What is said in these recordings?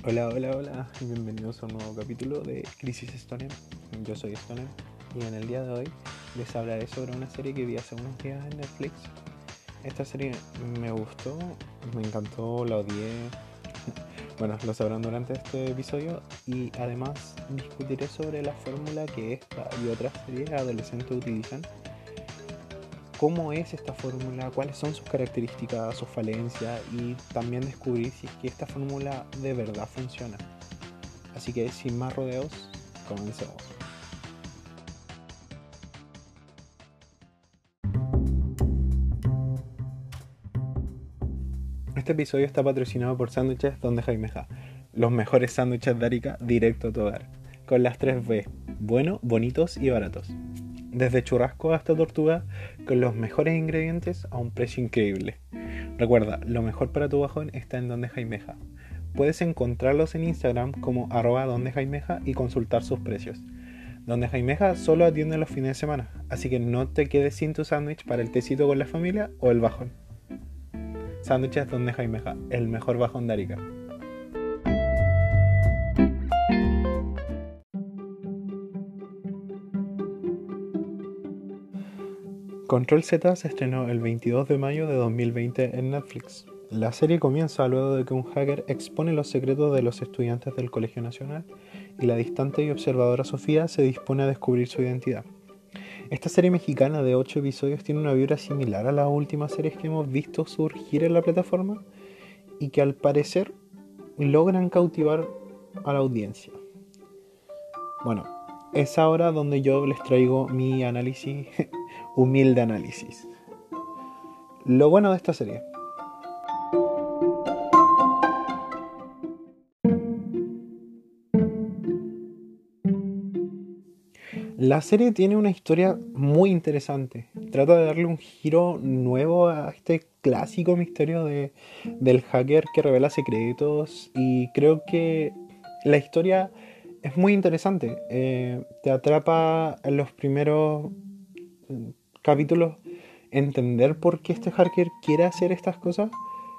Hola, hola, hola, y bienvenidos a un nuevo capítulo de Crisis Stoner. Yo soy Stoner y en el día de hoy les hablaré sobre una serie que vi hace unos días en Netflix. Esta serie me gustó, me encantó, la odié. Bueno, lo sabrán durante este episodio y además discutiré sobre la fórmula que esta y otras series adolescentes utilizan. ¿Cómo es esta fórmula? ¿Cuáles son sus características, sus falencias? Y también descubrir si es que esta fórmula de verdad funciona. Así que sin más rodeos, comencemos. Este episodio está patrocinado por Sándwiches Donde Jaimeja, los mejores sándwiches de Arica directo a tu hogar, con las 3 B, bueno, bonitos y baratos. Desde churrasco hasta tortuga, con los mejores ingredientes a un precio increíble. Recuerda, lo mejor para tu bajón está en Donde Jaimeja. Puedes encontrarlos en Instagram como @dondejaimeja y consultar sus precios. Donde Jaimeja solo atiende los fines de semana, así que no te quedes sin tu sándwich para el tecito con la familia o el bajón. Sándwiches Donde Jaimeja, el mejor bajón de Arica. Control Z se estrenó el 22 de mayo de 2020 en Netflix. La serie comienza luego de que un hacker expone los secretos de los estudiantes del Colegio Nacional y la distante y observadora Sofía se dispone a descubrir su identidad. Esta serie mexicana de 8 episodios tiene una vibra similar a las últimas series que hemos visto surgir en la plataforma y que al parecer logran cautivar a la audiencia. Bueno, es ahora donde yo les traigo mi análisis, humilde análisis. Lo bueno de esta serie. La serie tiene una historia muy interesante. Trata de darle un giro nuevo a este clásico misterio del hacker que revela secretos y creo que la historia es muy interesante. Te atrapa en los primeros capítulos entender por qué este hacker quiere hacer estas cosas.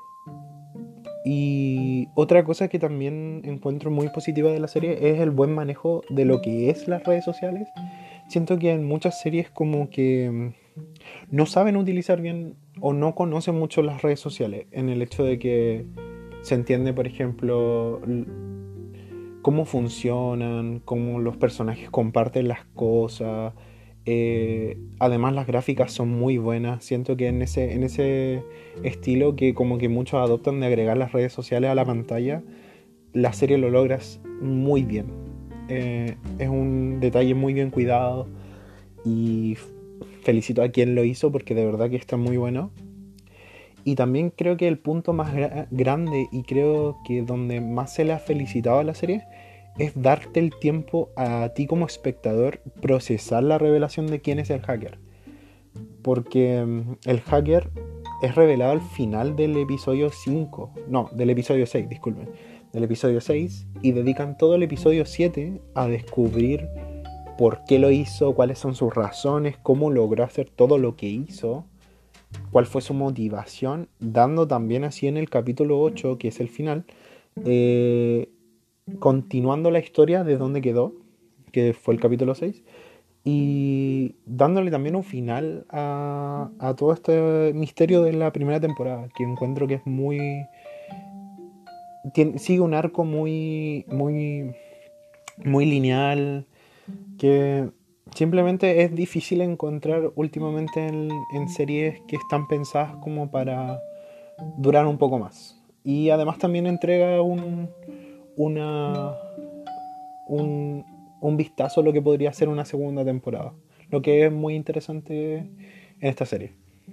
Y otra cosa que también encuentro muy positiva de la serie es el buen manejo de lo que es las redes sociales. Siento que en muchas series como que no saben utilizar bien o no conocen mucho las redes sociales, en el hecho de que se entiende, por ejemplo, cómo funcionan, cómo los personajes comparten las cosas. Además las gráficas son muy buenas. Siento que en ese estilo que como que muchos adoptan de agregar las redes sociales a la pantalla, la serie lo logras muy bien. Es un detalle muy bien cuidado y felicito a quien lo hizo porque de verdad que está muy bueno. Y también creo que el punto más grande y creo que donde más se le ha felicitado a la serie es darte el tiempo a ti como espectador procesar la revelación de quién es el hacker. Porque el hacker es revelado al final del episodio 5, no, del episodio 6, disculpen, del episodio 6 y dedican todo el episodio 7 a descubrir por qué lo hizo, cuáles son sus razones, cómo logró hacer todo lo que hizo, cuál fue su motivación, dando también así en el capítulo 8, que es el final, eh, continuando la historia de donde quedó, que fue el capítulo 6, y dándole también un final a todo este misterio de la primera temporada, que encuentro que es muy... sigue un arco muy lineal, que simplemente es difícil encontrar últimamente en series que están pensadas como para durar un poco más. Y además también entrega una, un, un vistazo a lo que podría ser una segunda temporada. Lo que es muy interesante en esta serie.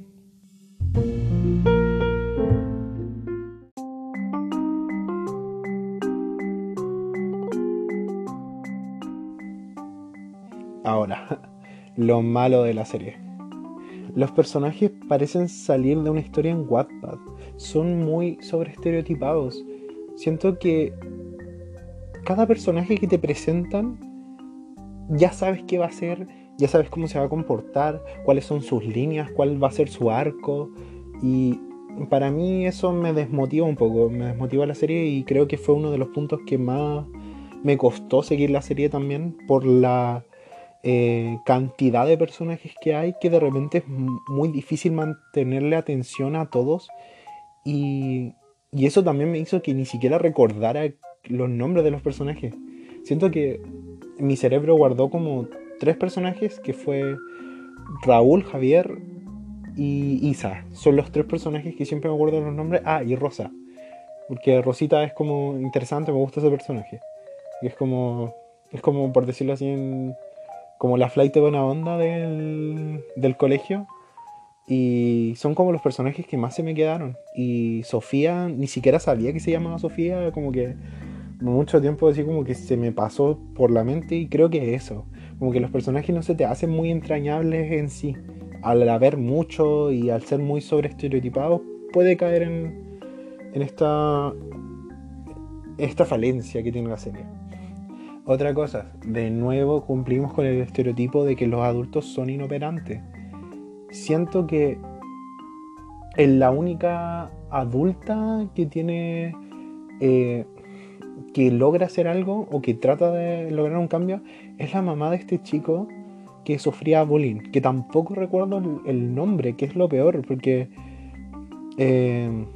Ahora, lo malo de la serie. Los personajes parecen salir de una historia en Wattpad. Son muy sobreestereotipados. Siento que cada personaje que te presentan ya sabes qué va a hacer, ya sabes cómo se va a comportar, cuáles son sus líneas, cuál va a ser su arco. Y para mí eso me desmotiva un poco, me desmotiva la serie y creo que fue uno de los puntos que más me costó seguir la serie también por la cantidad de personajes que hay que de repente es muy difícil mantenerle atención a todos y, y eso también me hizo que ni siquiera recordara los nombres de los personajes. Siento que mi cerebro guardó como tres personajes que fue Raúl, Javier y Isa. Son los tres personajes que siempre me acuerdo los nombres. Ah, y Rosa. Porque Rosita es como interesante, me gusta ese personaje. Y es como por decirlo así, como la flight de buena onda del colegio. Y son como los personajes que más se me quedaron. Y Sofía, ni siquiera sabía que se llamaba Sofía, como que mucho tiempo así como que se me pasó por la mente y creo que es eso. Como que los personajes no se te hacen muy entrañables en sí. Al haber mucho y al ser muy sobreestereotipados, puede caer en esta falencia que tiene la serie. Otra cosa, de nuevo cumplimos con el estereotipo de que los adultos son inoperantes. Siento que en la única adulta que tiene que logra hacer algo o que trata de lograr un cambio es la mamá de este chico que sufría bullying, que tampoco recuerdo el nombre, que es lo peor, porque eh,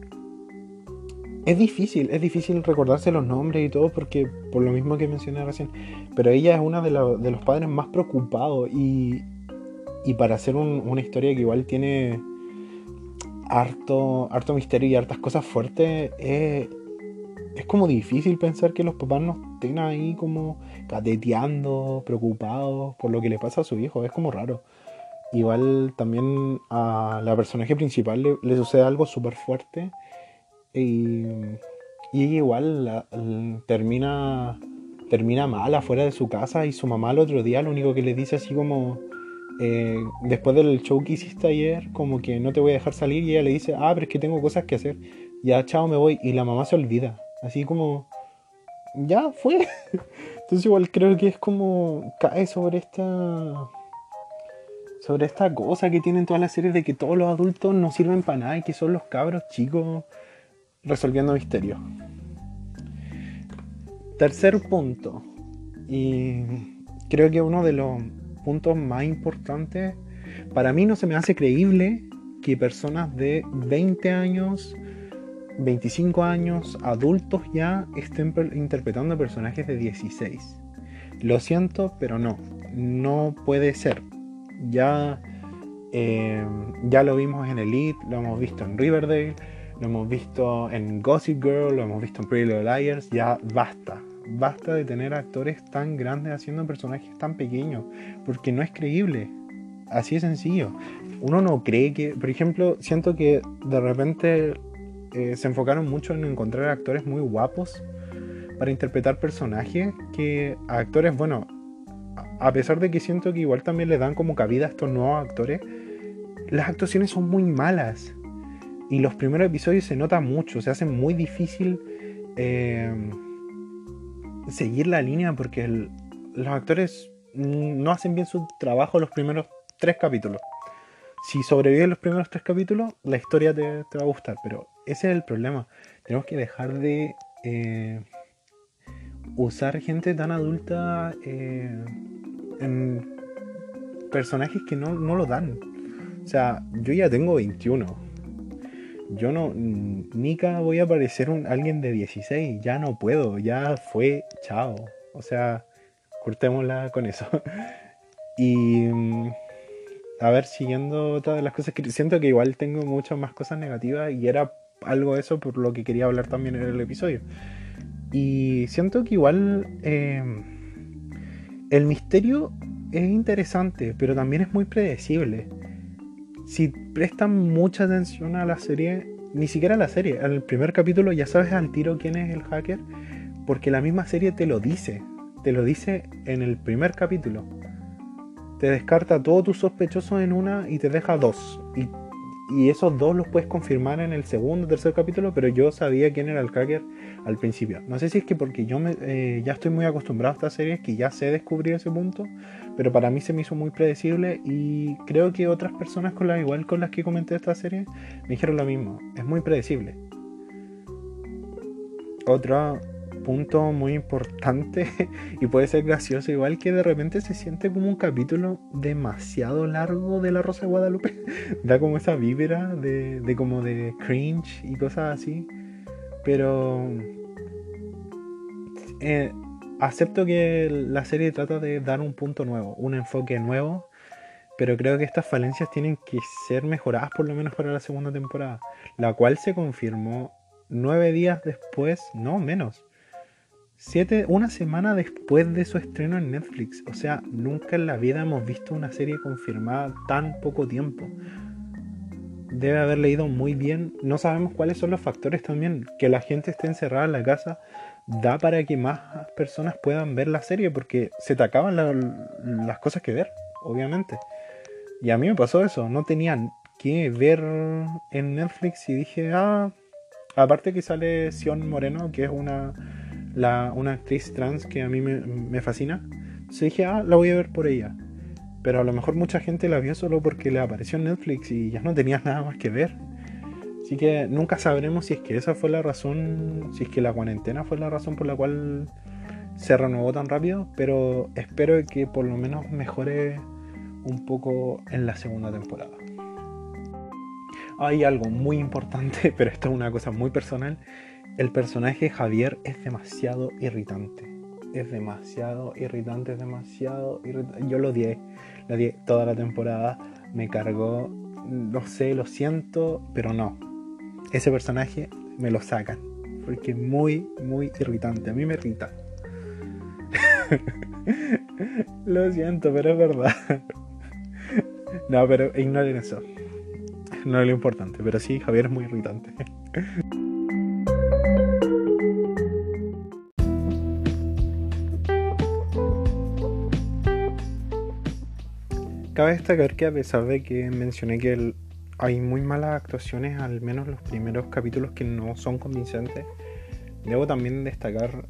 es difícil recordarse los nombres y todo, porque por lo mismo que mencioné recién, pero ella es una de los padres más preocupados y para hacer una historia que igual tiene harto misterio y hartas cosas fuertes, es como difícil pensar que los papás no estén ahí como cateteando, preocupados por lo que le pasa a su hijo. Es como raro. Igual también a la personaje principal le sucede algo súper fuerte. Y, y ella igual termina mal afuera de su casa. Y su mamá el otro día lo único que le dice así como... después del show que hiciste ayer, como que no te voy a dejar salir. Y ella le dice, ah, pero es que tengo cosas que hacer. Ya, chao, me voy. Y la mamá se olvida. Así como, ya fue. Entonces igual creo que es como cae sobre esta cosa que tienen todas las series de que todos los adultos no sirven para nada y que son los cabros chicos resolviendo misterios. Tercer punto, y creo que uno de los puntos más importantes, para mí no se me hace creíble que personas de 20 años 25 años, adultos ya, estén interpretando personajes de 16. Lo siento, pero no puede ser. Ya, ya lo vimos en Elite, lo hemos visto en Riverdale, lo hemos visto en Gossip Girl, lo hemos visto en Pretty Little Liars. Ya basta. Basta de tener actores tan grandes haciendo personajes tan pequeños, porque no es creíble. Así de sencillo. Uno no cree que, por ejemplo, siento que de repente se enfocaron mucho en encontrar actores muy guapos para interpretar personajes que a actores, bueno, a pesar de que siento que igual también le dan como cabida a estos nuevos actores, las actuaciones son muy malas y los primeros episodios se nota mucho, se hace muy difícil seguir la línea porque los actores no hacen bien su trabajo los primeros 3 capítulos. Si sobrevives los primeros 3 capítulos, la historia te va a gustar, pero ese es el problema. Tenemos que dejar de usar gente tan adulta en personajes que no lo dan. O sea, yo ya tengo 21. Yo Nika voy a parecer alguien de 16. Ya no puedo, ya fue, chao. O sea, cortémosla con eso. Y... a ver, siguiendo otra de las cosas que siento que igual tengo muchas más cosas negativas y era algo de eso por lo que quería hablar también en el episodio. Y siento que igual el misterio es interesante, pero también es muy predecible. Si prestan mucha atención a la serie, ni siquiera a la serie, al primer capítulo ya sabes al tiro quién es el hacker, porque la misma serie te lo dice en el primer capítulo. Te descarta todos tus sospechosos en una y te deja 2. y esos dos los puedes confirmar en el segundo o tercer capítulo, pero yo sabía quién era el cracker al principio. No sé si es que porque yo ya estoy muy acostumbrado a estas series que ya sé descubrir ese punto, pero para mí se me hizo muy predecible y creo que otras personas con las que comenté esta serie me dijeron lo mismo. Es muy predecible. Otro punto muy importante y puede ser gracioso igual, que de repente se siente como un capítulo demasiado largo de La Rosa de Guadalupe. Da como esa vibra de como de cringe y cosas así, pero acepto que la serie trata de dar un punto nuevo, un enfoque nuevo, pero creo que estas falencias tienen que ser mejoradas por lo menos para la segunda temporada, la cual se confirmó 9 días después, no menos, una semana después de su estreno en Netflix. O sea, nunca en la vida hemos visto una serie confirmada tan poco tiempo. Debe haber leído muy bien. No sabemos cuáles son los factores también. Que la gente esté encerrada en la casa da para que más personas puedan ver la serie, porque se te acaban las cosas que ver, obviamente. Y a mí me pasó eso. No tenía que ver en Netflix y dije, aparte que sale Sion Moreno, que es una actriz trans que a mí me fascina. Entonces dije, la voy a ver por ella. Pero a lo mejor mucha gente la vio solo porque le apareció en Netflix y ya no tenías nada más que ver. Así que nunca sabremos si es que esa fue la razón, si es que la cuarentena fue la razón por la cual se renovó tan rápido. Pero espero que por lo menos mejore un poco en la segunda temporada. Hay algo muy importante, pero esto es una cosa muy personal. El personaje Javier es demasiado irritante. Es demasiado irritante. Yo lo odié toda la temporada. Me cargó. No sé, lo siento, pero no. Ese personaje me lo sacan. Porque es muy, muy irritante. A mí me irrita. Lo siento, pero es verdad. No, pero ignoren eso. No es lo importante. Pero sí, Javier es muy irritante. Cabe destacar que a pesar de que mencioné que hay muy malas actuaciones, al menos los primeros capítulos que no son convincentes, debo también destacar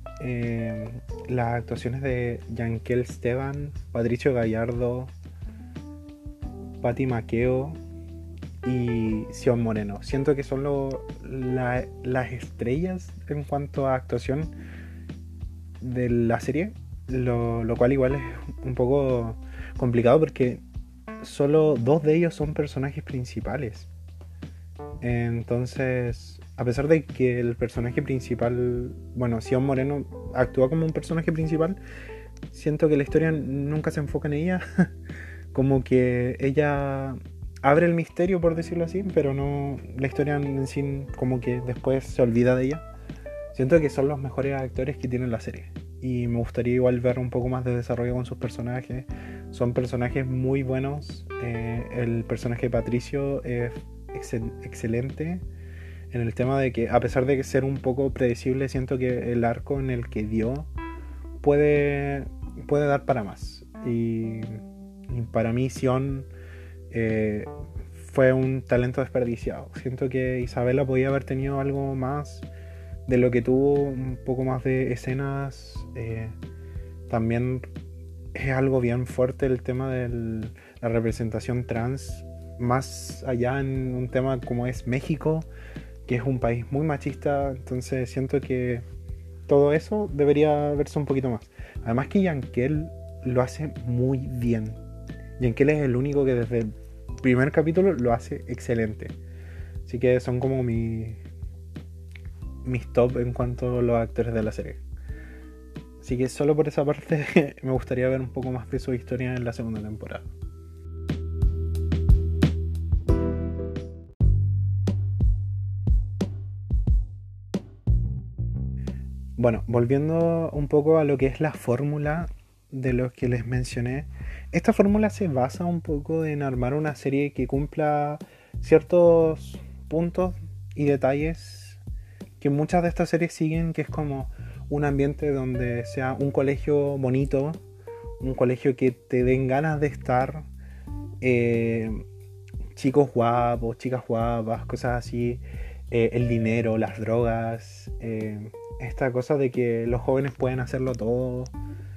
las actuaciones de Yankel Esteban, Patricio Gallardo, Patti Maqueo y Sion Moreno. Siento que son las estrellas en cuanto a actuación de la serie, lo cual igual es un poco complicado porque solo 2 de ellos son personajes principales. Entonces, a pesar de que el personaje principal, Sion Moreno actúa como un personaje principal, siento que la historia nunca se enfoca en ella. Como que ella abre el misterio, por decirlo así, pero no, la historia en sí como que después se olvida de ella. Siento que son los mejores actores que tiene la serie. Y me gustaría igual ver un poco más de desarrollo con sus personajes. Son personajes muy buenos. El personaje de Patricio es excelente en el tema de que, a pesar de ser un poco predecible, siento que el arco en el que dio puede dar para más. Y para mí Sion fue un talento desperdiciado. Siento que Isabela podía haber tenido algo más de lo que tuvo, un poco más de escenas. También es algo bien fuerte el tema de la representación trans, más allá en un tema como es México, que es un país muy machista. Entonces siento que todo eso debería verse un poquito más. Además que Yankel lo hace muy bien. Yankel es el único que desde el primer capítulo lo hace excelente. Así que son como mis top en cuanto a los actores de la serie. Así que solo por esa parte me gustaría ver un poco más de su historia en la segunda temporada. Bueno, volviendo un poco a lo que es la fórmula de los que les mencioné. Esta fórmula se basa un poco en armar una serie que cumpla ciertos puntos y detalles que muchas de estas series siguen, que es como un ambiente donde sea un colegio bonito, un colegio que te den ganas de estar, chicos guapos, chicas guapas, cosas así, el dinero, las drogas, esta cosa de que los jóvenes pueden hacerlo todo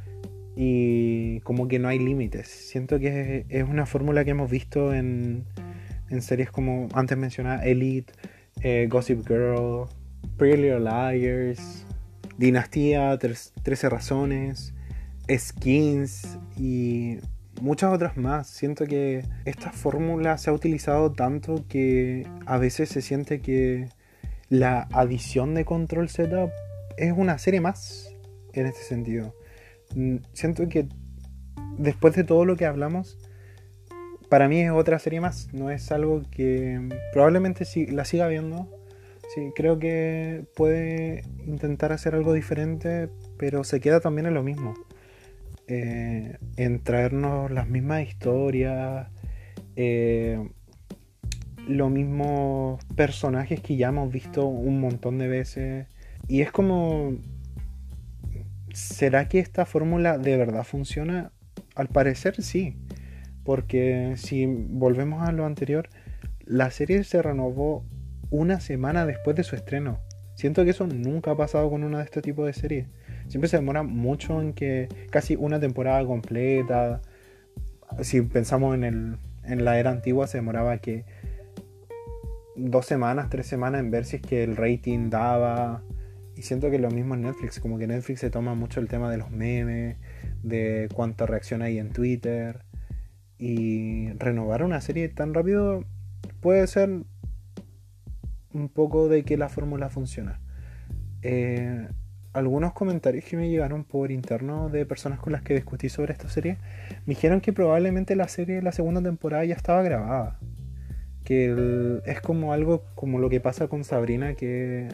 y como que no hay límites. Siento que es una fórmula que hemos visto en series como antes mencionaba Elite, Gossip Girl, Pretty Little Liars, Dinastía, 13 razones, Skins y muchas otras más. Siento que esta fórmula se ha utilizado tanto que a veces se siente que la adición de Control Z es una serie más en este sentido. Siento que después de todo lo que hablamos, para mí es otra serie más. No es algo que probablemente la siga viendo. Sí, creo que puede intentar hacer algo diferente, pero se queda también en lo mismo. En traernos las mismas historias, los mismos personajes que ya hemos visto un montón de veces. Y es como, ¿será que esta fórmula de verdad funciona? Al parecer sí, porque si volvemos a lo anterior, la serie se renovó una semana después de su estreno. Siento que eso nunca ha pasado con una de este tipo de series. Siempre se demora mucho en que casi una temporada completa. Si pensamos en la era antigua, se demoraba que 2 semanas, 3 semanas en ver si es que el rating daba. Y siento que lo mismo en Netflix, como que Netflix se toma mucho el tema de los memes, de cuánta reacción hay en Twitter. Y renovar una serie tan rápido puede ser un poco de que la fórmula funciona. Algunos comentarios que me llegaron por interno de personas con las que discutí sobre esta serie me dijeron que probablemente la serie, la segunda temporada ya estaba grabada, que es como algo como lo que pasa con Sabrina, que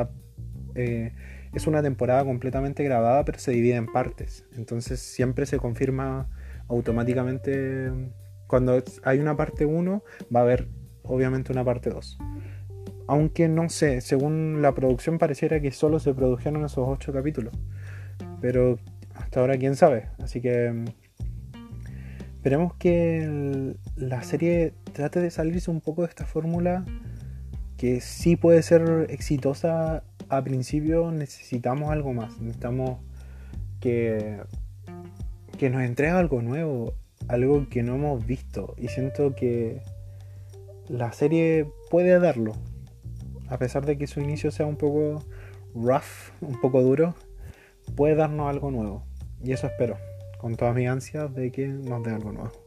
es una temporada completamente grabada pero se divide en partes, entonces siempre se confirma automáticamente cuando hay una parte 1 va a haber obviamente una parte 2. Aunque no sé, según la producción pareciera que solo se produjeron esos 8 capítulos. Pero hasta ahora quién sabe. Así que esperemos que la serie trate de salirse un poco de esta fórmula. Que sí puede ser exitosa. A principio necesitamos algo más. Necesitamos que nos entregue algo nuevo. Algo que no hemos visto. Y siento que la serie puede darlo. A pesar de que su inicio sea un poco rough, un poco duro, puede darnos algo nuevo. Y eso espero, con todas mis ansias de que nos dé algo nuevo.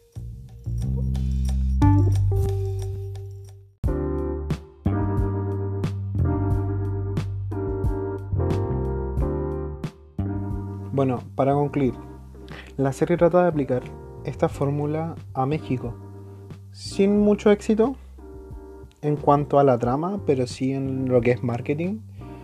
Bueno, para concluir, la serie trata de aplicar esta fórmula a México, sin mucho éxito en cuanto a la trama, pero sí en lo que es marketing.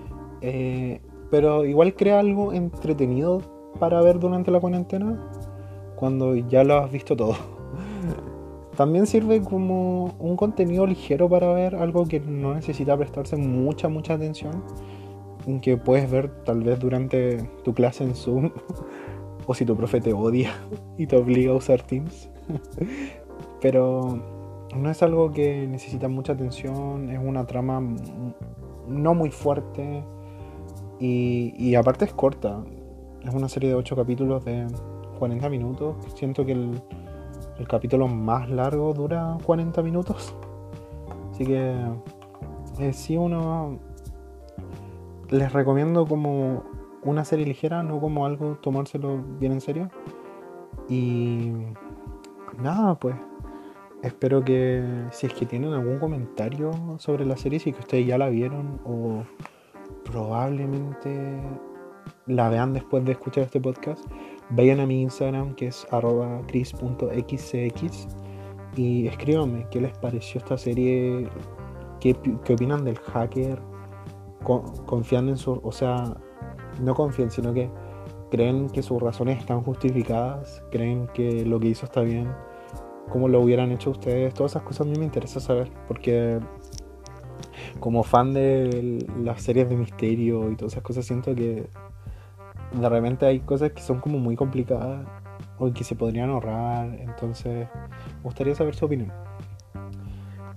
Pero igual crea algo entretenido para ver durante la cuarentena cuando ya lo has visto todo. También sirve como un contenido ligero para ver, algo que no necesita prestarse mucha atención, que puedes ver tal vez durante tu clase en Zoom o si tu profe te odia y te obliga a usar Teams. Pero no es algo que necesita mucha atención, es una trama no muy fuerte y aparte es corta. Es una serie de 8 capítulos de 40 minutos. Siento que el capítulo más largo dura 40 minutos. Así que sí, uno les recomiendo como una serie ligera, no como algo tomárselo bien en serio. Y nada, pues espero que si es que tienen algún comentario sobre la serie, si es que ustedes ya la vieron o probablemente la vean después de escuchar este podcast, vayan a mi Instagram que es @chris.xcx y escríbanme qué les pareció esta serie, qué opinan del hacker, confían en su, o sea, no confían, sino que creen que sus razones están justificadas, creen que lo que hizo está bien, cómo lo hubieran hecho ustedes. Todas esas cosas a mí me interesa saber, porque como fan de las series de misterio y todas esas cosas, siento que de repente hay cosas que son como muy complicadas o que se podrían ahorrar. Entonces me gustaría saber su opinión.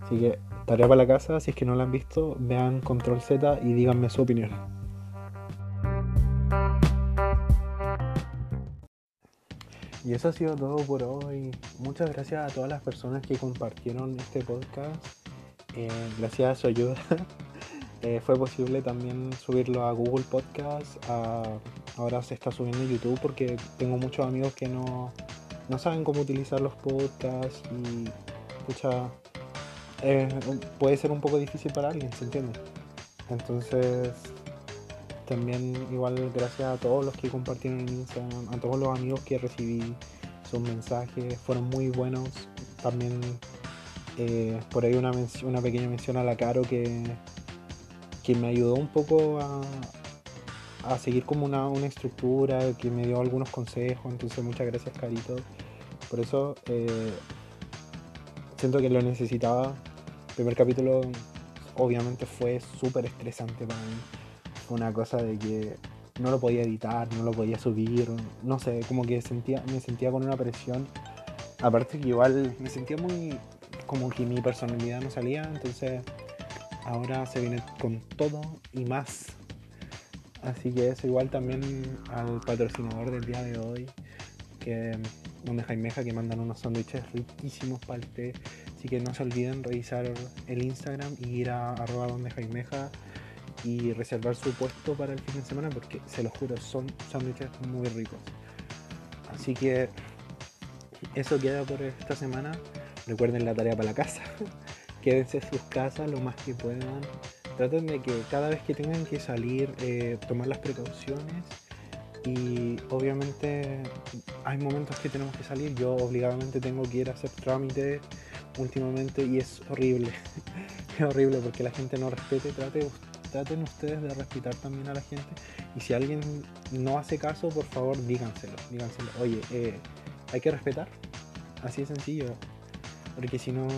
Así que tarea para la casa, si es que no la han visto, vean Control Z y díganme su opinión. Y eso ha sido todo por hoy. Muchas gracias a todas las personas que compartieron este podcast. Gracias a su ayuda fue posible también subirlo a Google Podcast. Ahora se está subiendo a YouTube porque tengo muchos amigos que no saben cómo utilizar los podcasts y pucha, puede ser un poco difícil para alguien, ¿se entiende? Entonces, también igual gracias a todos los que compartieron en Instagram, a todos los amigos que recibí sus mensajes, fueron muy buenos. También por ahí una pequeña mención a la Caro que me ayudó un poco a seguir como una estructura, que me dio algunos consejos, entonces muchas gracias Carito. Por eso siento que lo necesitaba. El primer capítulo obviamente fue súper estresante para mí. Fue una cosa de que no lo podía editar, no lo podía subir, no sé, como que me sentía con una presión. Aparte que igual me sentía muy como que mi personalidad no salía, entonces ahora se viene con todo y más. Así que eso igual también al patrocinador del día de hoy, que donde Jaimeja, que mandan unos sándwiches riquísimos para el té. Así que no se olviden revisar el Instagram y ir a donde Jaimeja y reservar su puesto para el fin de semana porque se los juro son sándwiches muy ricos. Así que eso queda por esta semana. Recuerden la tarea para la casa. Quédense en sus casas lo más que puedan. Traten de que cada vez que tengan que salir, tomar las precauciones. Y obviamente hay momentos que tenemos que salir. Yo obligadamente tengo que ir a hacer trámites últimamente y es horrible. Es horrible porque la gente no respete. Traten ustedes de respetar también a la gente. Y si alguien no hace caso, por favor díganselo. Oye, hay que respetar. Así de sencillo. Porque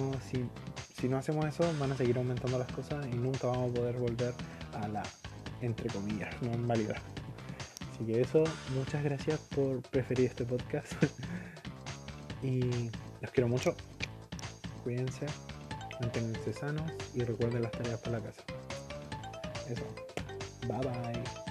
si no hacemos eso, van a seguir aumentando las cosas y nunca vamos a poder volver a la, entre comillas, normalidad. Así que eso, muchas gracias por preferir este podcast. Y los quiero mucho. Cuídense, manténganse sanos y recuerden las tareas para la casa. Eso. Bye bye.